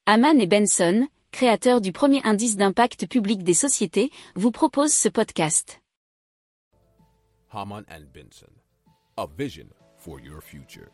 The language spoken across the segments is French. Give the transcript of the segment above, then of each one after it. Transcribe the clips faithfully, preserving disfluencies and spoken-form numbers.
Hamann et Benson, créateurs du premier indice d'impact public des sociétés, vous proposent ce podcast. Hamann and Benson, a vision for your future.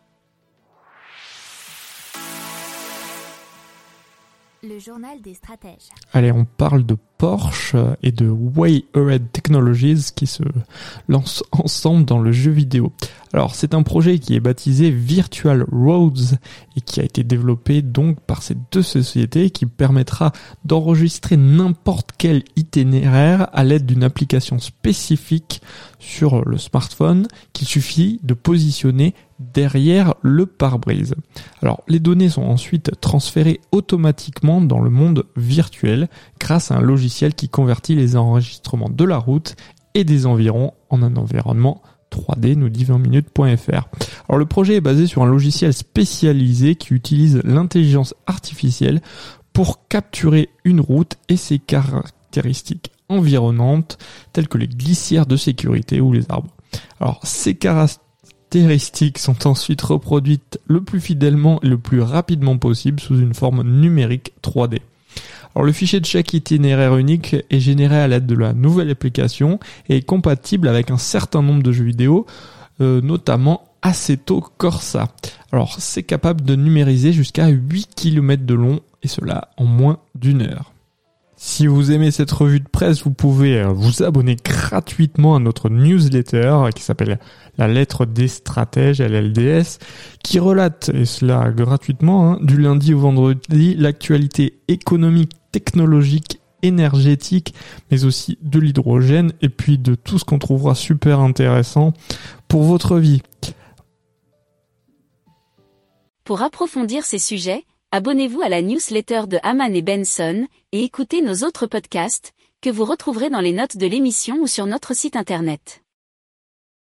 Le journal des stratèges. Allez, on parle de Porsche et de Way Ahead Technologies qui se lancent ensemble dans le jeu vidéo. Alors, c'est un projet qui est baptisé Virtual Roads et qui a été développé donc par ces deux sociétés qui permettra d'enregistrer n'importe quel itinéraire à l'aide d'une application spécifique sur le smartphone qu'il suffit de positionner derrière le pare-brise. Alors, les données sont ensuite transférées automatiquement dans le monde virtuel grâce à un logiciel qui convertit les enregistrements de la route et des environs en un environnement trois D, nous dit vingt minutes point f r. Alors, le projet est basé sur un logiciel spécialisé qui utilise l'intelligence artificielle pour capturer une route et ses caractéristiques environnantes telles que les glissières de sécurité ou les arbres. Alors, ces caractéristiques caractéristiques sont ensuite reproduites le plus fidèlement et le plus rapidement possible sous une forme numérique trois D. Alors, le fichier de chaque itinéraire unique est généré à l'aide de la nouvelle application et est compatible avec un certain nombre de jeux vidéo, euh, notamment Assetto Corsa. Alors, c'est capable de numériser jusqu'à huit kilomètres de long et cela en moins d'une heure. Si vous aimez cette revue de presse, vous pouvez vous abonner gratuitement à notre newsletter qui s'appelle La Lettre des Stratèges, L L D S, qui relate, et cela gratuitement, hein, du lundi au vendredi, l'actualité économique, technologique, énergétique, mais aussi de l'hydrogène et puis de tout ce qu'on trouvera super intéressant pour votre vie. Pour approfondir ces sujets, abonnez-vous à la newsletter de Hamann et Benson et écoutez nos autres podcasts que vous retrouverez dans les notes de l'émission ou sur notre site internet.